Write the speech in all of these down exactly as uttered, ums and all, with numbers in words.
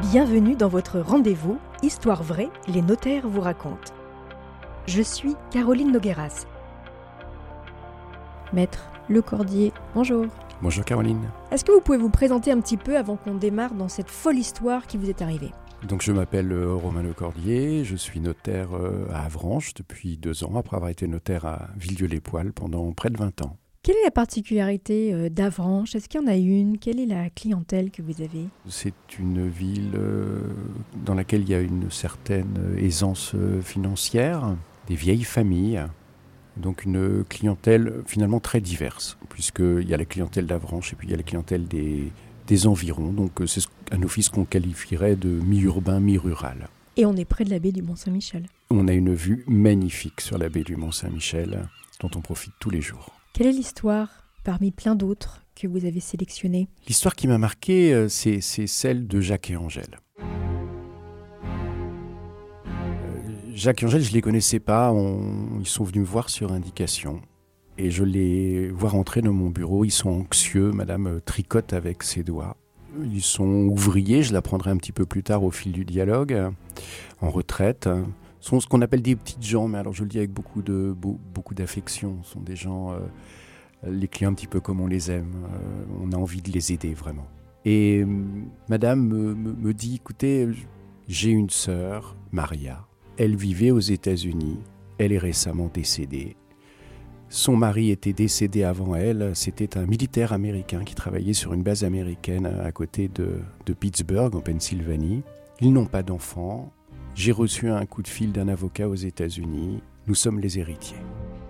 Bienvenue dans votre rendez-vous Histoire vraie, les notaires vous racontent. Je suis Caroline Nogueras. Maître Lecordier, bonjour. Bonjour Caroline. Est-ce que vous pouvez vous présenter un petit peu avant qu'on démarre dans cette folle histoire qui vous est arrivée ? Donc je m'appelle Romain Lecordier, je suis notaire à Avranches depuis deux ans, après avoir été notaire à Villedieu-les-Poêles pendant près de vingt ans. Quelle est la particularité d'Avranches ? Est-ce qu'il y en a une ? Quelle est la clientèle que vous avez ? C'est une ville dans laquelle il y a une certaine aisance financière, des vieilles familles, donc une clientèle finalement très diverse, puisqu'il y a la clientèle d'Avranches et puis il y a la clientèle des, des environs, donc c'est un office qu'on qualifierait de mi-urbain, mi-rural. Et on est près de la baie du Mont-Saint-Michel. On a une vue magnifique sur la baie du Mont-Saint-Michel, dont on profite tous les jours. Quelle est l'histoire, parmi plein d'autres, que vous avez sélectionnée ? L'histoire qui m'a marqué, c'est, c'est celle de Jacques et Angèle. Euh, Jacques et Angèle, je ne les connaissais pas, on, ils sont venus me voir sur indication. Et je les vois rentrer dans mon bureau, ils sont anxieux, madame tricote avec ses doigts. Ils sont ouvriers, je l'apprendrai un petit peu plus tard au fil du dialogue, en retraite. Sont ce qu'on appelle des petites gens, mais alors je le dis avec beaucoup, de, beau, beaucoup d'affection. Ce sont des gens, euh, les clients un petit peu comme on les aime. Euh, on a envie de les aider vraiment. Et euh, madame me, me, me dit, écoutez, j'ai une sœur, Maria. Elle vivait aux États-Unis. Elle est récemment décédée. Son mari était décédé avant elle. C'était un militaire américain qui travaillait sur une base américaine à côté de, de Pittsburgh, en Pennsylvanie. Ils n'ont pas d'enfants. J'ai reçu un coup de fil d'un avocat aux États-Unis. Nous sommes les héritiers.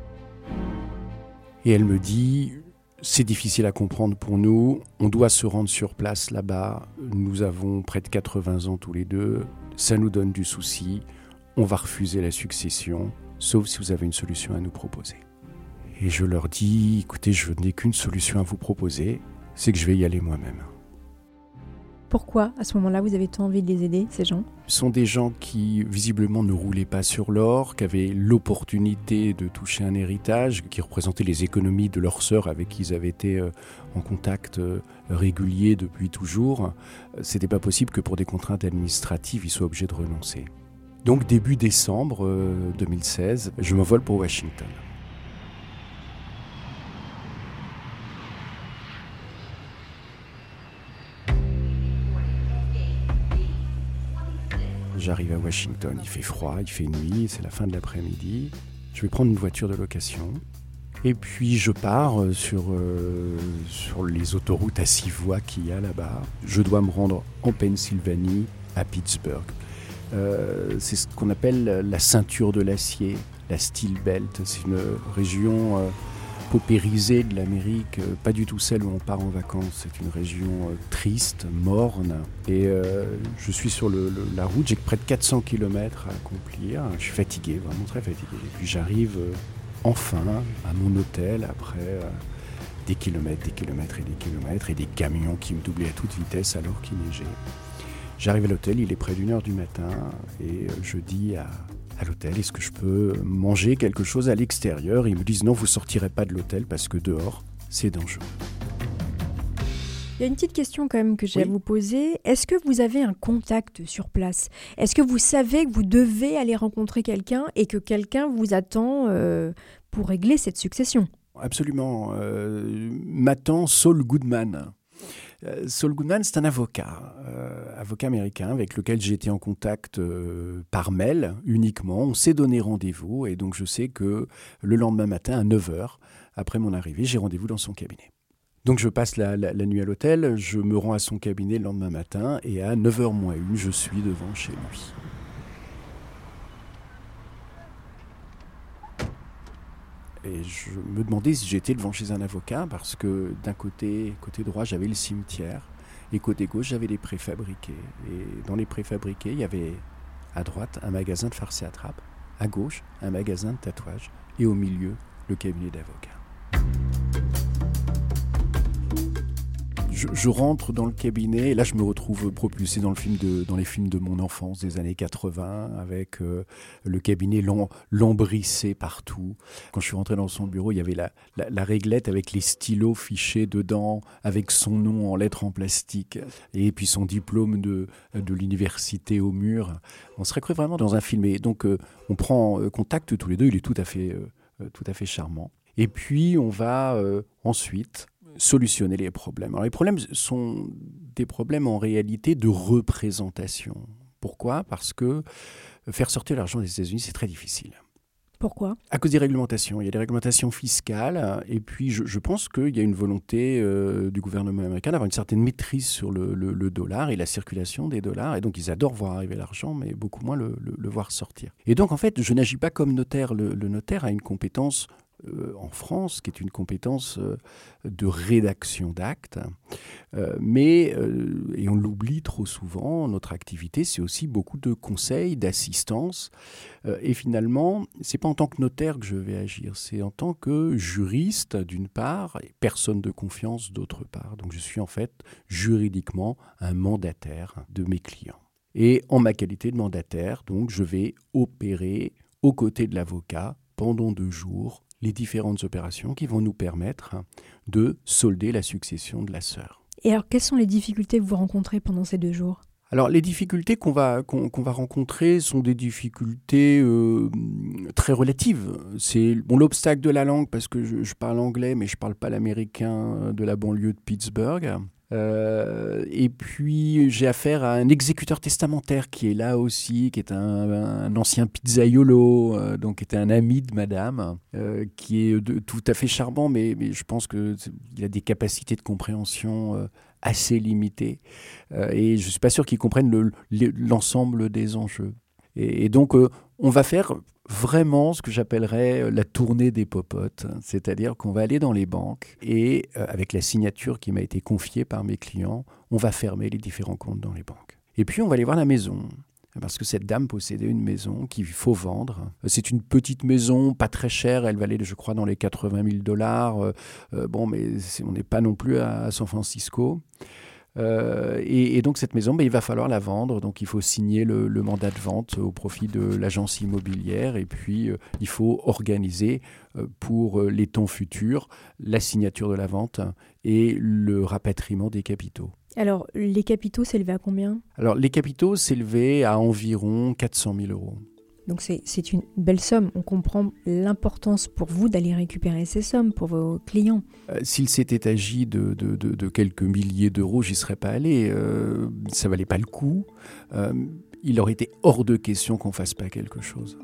Et elle me dit, c'est difficile à comprendre pour nous. On doit se rendre sur place là-bas. Nous avons près de quatre-vingts ans tous les deux. Ça nous donne du souci. On va refuser la succession, sauf si vous avez une solution à nous proposer. Et je leur dis, écoutez, je n'ai qu'une solution à vous proposer, c'est que je vais y aller moi-même. Pourquoi, à ce moment-là, vous avez tant envie de les aider, ces gens ? Ce sont des gens qui, visiblement, ne roulaient pas sur l'or, qui avaient l'opportunité de toucher un héritage, qui représentaient les économies de leur sœur avec qui ils avaient été en contact régulier depuis toujours. C'était pas possible que pour des contraintes administratives, ils soient obligés de renoncer. Donc, début décembre deux mille seize, je m'envole pour Washington. J'arrive à Washington, il fait froid, il fait nuit, c'est la fin de l'après-midi. Je vais prendre une voiture de location. Et puis je pars sur, euh, sur les autoroutes à six voies qu'il y a là-bas. Je dois me rendre en Pennsylvanie, à Pittsburgh. Euh, c'est ce qu'on appelle la ceinture de l'acier, la Steel Belt. C'est une région euh, paupérisée de l'Amérique, euh, pas du tout celle où on part en vacances. C'est une région euh, triste, morne. Et euh, je suis sur le, le, la route, j'ai près de quatre cents kilomètres à accomplir. Je suis fatigué, vraiment très fatigué. Et puis j'arrive euh, enfin à mon hôtel après euh, des kilomètres, des kilomètres et des kilomètres et des camions qui me doublaient à toute vitesse alors qu'il neigeait. J'arrive à l'hôtel, il est près d'une heure du matin et je dis à, à l'hôtel, est-ce que je peux manger quelque chose à l'extérieur ? Ils me disent non, vous ne sortirez pas de l'hôtel parce que dehors, c'est dangereux. Il y a une petite question quand même que j'ai oui. à vous poser. Est-ce que vous avez un contact sur place ? Est-ce que vous savez que vous devez aller rencontrer quelqu'un et que quelqu'un vous attend euh, pour régler cette succession ? Absolument. Euh, m'attend Saul Goodman. Euh, Saul Goodman, c'est un avocat, euh, avocat américain avec lequel j'ai été en contact euh, par mail uniquement. On s'est donné rendez-vous et donc je sais que le lendemain matin à neuf heures, après mon arrivée, j'ai rendez-vous dans son cabinet. Donc je passe la, la, la nuit à l'hôtel, je me rends à son cabinet le lendemain matin et à neuf heures moins une, je suis devant chez lui. Et je me demandais si j'étais devant chez un avocat parce que d'un côté, côté droit, j'avais le cimetière et côté gauche, j'avais les préfabriqués. Et dans les préfabriqués, il y avait à droite un magasin de farce et attrape, à gauche un magasin de tatouage et au milieu le cabinet d'avocat. je, je rentre dans le cabinet et là je me retrouve propulsé dans, le film de, dans les films de mon enfance des années quatre-vingts avec euh, le cabinet lam, lambrissé partout. Quand je suis rentré dans son bureau, il y avait la, la, la réglette avec les stylos fichés dedans, avec son nom en lettres en plastique et puis son diplôme de, de l'université au mur. On serait cru vraiment dans un film. Et donc euh, on prend euh, contact tous les deux, il est tout à fait, euh, tout à fait charmant. Et puis on va euh, ensuite solutionner les problèmes. Alors les problèmes sont des problèmes en réalité de représentation. Pourquoi ? Parce que faire sortir l'argent des États-Unis, c'est très difficile. Pourquoi ? À cause des réglementations. Il y a des réglementations fiscales et puis je, je pense qu'il y a une volonté euh, du gouvernement américain d'avoir une certaine maîtrise sur le, le, le dollar et la circulation des dollars. Et donc ils adorent voir arriver l'argent, mais beaucoup moins le, le, le voir sortir. Et donc en fait, je n'agis pas comme notaire. Le, le notaire a une compétence Euh, en France, qui est une compétence euh, de rédaction d'actes. Euh, mais, euh, et on l'oublie trop souvent, notre activité, c'est aussi beaucoup de conseils, d'assistance. Euh, et finalement, ce n'est pas en tant que notaire que je vais agir, c'est en tant que juriste, d'une part, et personne de confiance, d'autre part. Donc je suis en fait juridiquement un mandataire de mes clients. Et en ma qualité de mandataire, donc, je vais opérer aux côtés de l'avocat pendant deux jours les différentes opérations qui vont nous permettre de solder la succession de la sœur. Et alors, quelles sont les difficultés que vous rencontrez pendant ces deux jours ? Alors, les difficultés qu'on va, qu'on, qu'on va rencontrer sont des difficultés euh, très relatives. C'est bon, l'obstacle de la langue, parce que je, je parle anglais, mais je ne parle pas l'américain de la banlieue de Pittsburgh. Euh, et puis j'ai affaire à un exécuteur testamentaire qui est là aussi, qui est un, un ancien pizzaiolo, euh, donc qui était un ami de madame, euh, qui est de, tout à fait charmant, mais, mais je pense qu'il a des capacités de compréhension euh, assez limitées. Euh, et je ne suis pas sûr qu'il comprenne le, le, l'ensemble des enjeux. Et, et donc euh, on va faire vraiment ce que j'appellerais la tournée des popotes, c'est-à-dire qu'on va aller dans les banques et euh, avec la signature qui m'a été confiée par mes clients, on va fermer les différents comptes dans les banques. Et puis on va aller voir la maison, parce que cette dame possédait une maison qu'il faut vendre. C'est une petite maison, pas très chère, elle valait, je crois, dans les quatre-vingt mille dollars. Euh, bon, mais c'est, on n'est pas non plus à, à San Francisco. Euh, et, et donc cette maison, ben, il va falloir la vendre, donc il faut signer le, le mandat de vente au profit de l'agence immobilière et puis euh, il faut organiser euh, pour euh, les temps futurs la signature de la vente et le rapatriement des capitaux. Alors les capitaux s'élevaient à combien ? Alors les capitaux s'élevaient à environ quatre cent mille euros. Donc c'est, c'est une belle somme. On comprend l'importance pour vous d'aller récupérer ces sommes pour vos clients. Euh, s'il s'était agi de, de, de, de quelques milliers d'euros, j'y serais pas allé. Euh, ça valait pas le coup. Euh, il aurait été hors de question qu'on fasse pas quelque chose.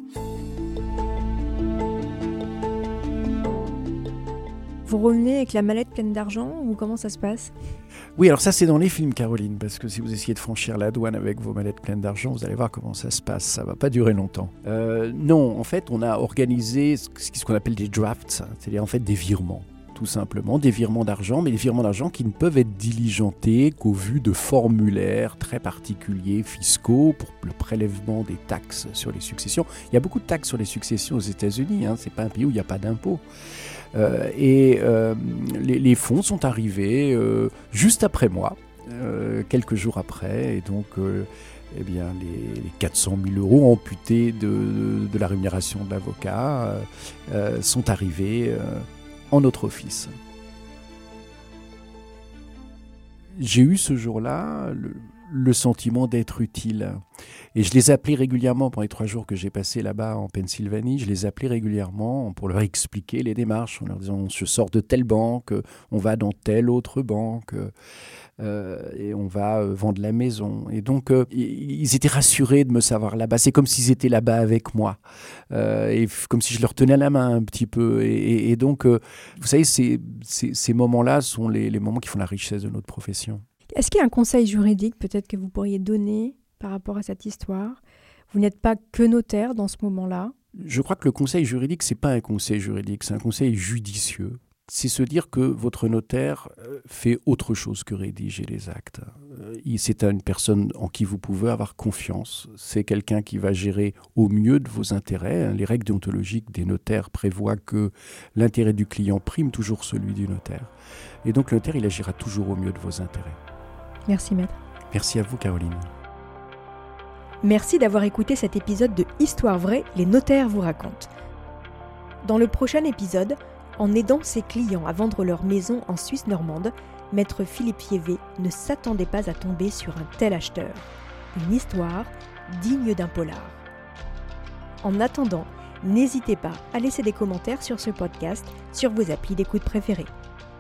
Vous revenez avec la mallette pleine d'argent ou comment ça se passe ? Oui, alors ça c'est dans les films, Caroline, parce que si vous essayez de franchir la douane avec vos mallettes pleines d'argent, vous allez voir comment ça se passe, ça va pas durer longtemps. Euh, non, en fait, on a organisé ce, ce qu'on appelle des drafts, c'est-à-dire en fait des virements, tout simplement, des virements d'argent, mais des virements d'argent qui ne peuvent être diligentés qu'au vu de formulaires très particuliers fiscaux pour le prélèvement des taxes sur les successions. Il y a beaucoup de taxes sur les successions aux États-Unis, hein, c'est pas un pays où il n'y a pas d'impôts. Euh, et euh, les, les fonds sont arrivés euh, juste après moi, euh, quelques jours après, et donc euh, eh bien, les, les quatre cent mille euros amputés de, de, de la rémunération de l'avocat euh, euh, sont arrivés euh, en notre office. J'ai eu ce jour-là le, le sentiment d'être utile. Et je les appelais régulièrement pendant les trois jours que j'ai passés là-bas en Pennsylvanie. Je les appelais régulièrement pour leur expliquer les démarches, en leur disant on se sort de telle banque, on va dans telle autre banque euh, et on va euh, vendre la maison. Et donc euh, ils étaient rassurés de me savoir là-bas. C'est comme s'ils étaient là-bas avec moi, euh, et comme si je leur tenais la main un petit peu. Et, et, et donc, euh, vous savez, ces, ces, ces moments-là sont les, les moments qui font la richesse de notre profession. Est-ce qu'il y a un conseil juridique peut-être que vous pourriez donner par rapport à cette histoire ? Vous n'êtes pas que notaire dans ce moment-là. Je crois que le conseil juridique, ce n'est pas un conseil juridique, c'est un conseil judicieux. c'est se dire que votre notaire fait autre chose que rédiger les actes. C'est une personne en qui vous pouvez avoir confiance. C'est quelqu'un qui va gérer au mieux de vos intérêts. Les règles déontologiques des notaires prévoient que l'intérêt du client prime toujours celui du notaire. Et donc le notaire, il agira toujours au mieux de vos intérêts. Merci maître. Merci à vous Caroline. Merci d'avoir écouté cet épisode de Histoire vraie, les notaires vous racontent. Dans le prochain épisode, en aidant ses clients à vendre leur maison en Suisse normande, maître Philippe Yévé ne s'attendait pas à tomber sur un tel acheteur. Une histoire digne d'un polar. En attendant, n'hésitez pas à laisser des commentaires sur ce podcast sur vos applis d'écoute préférés.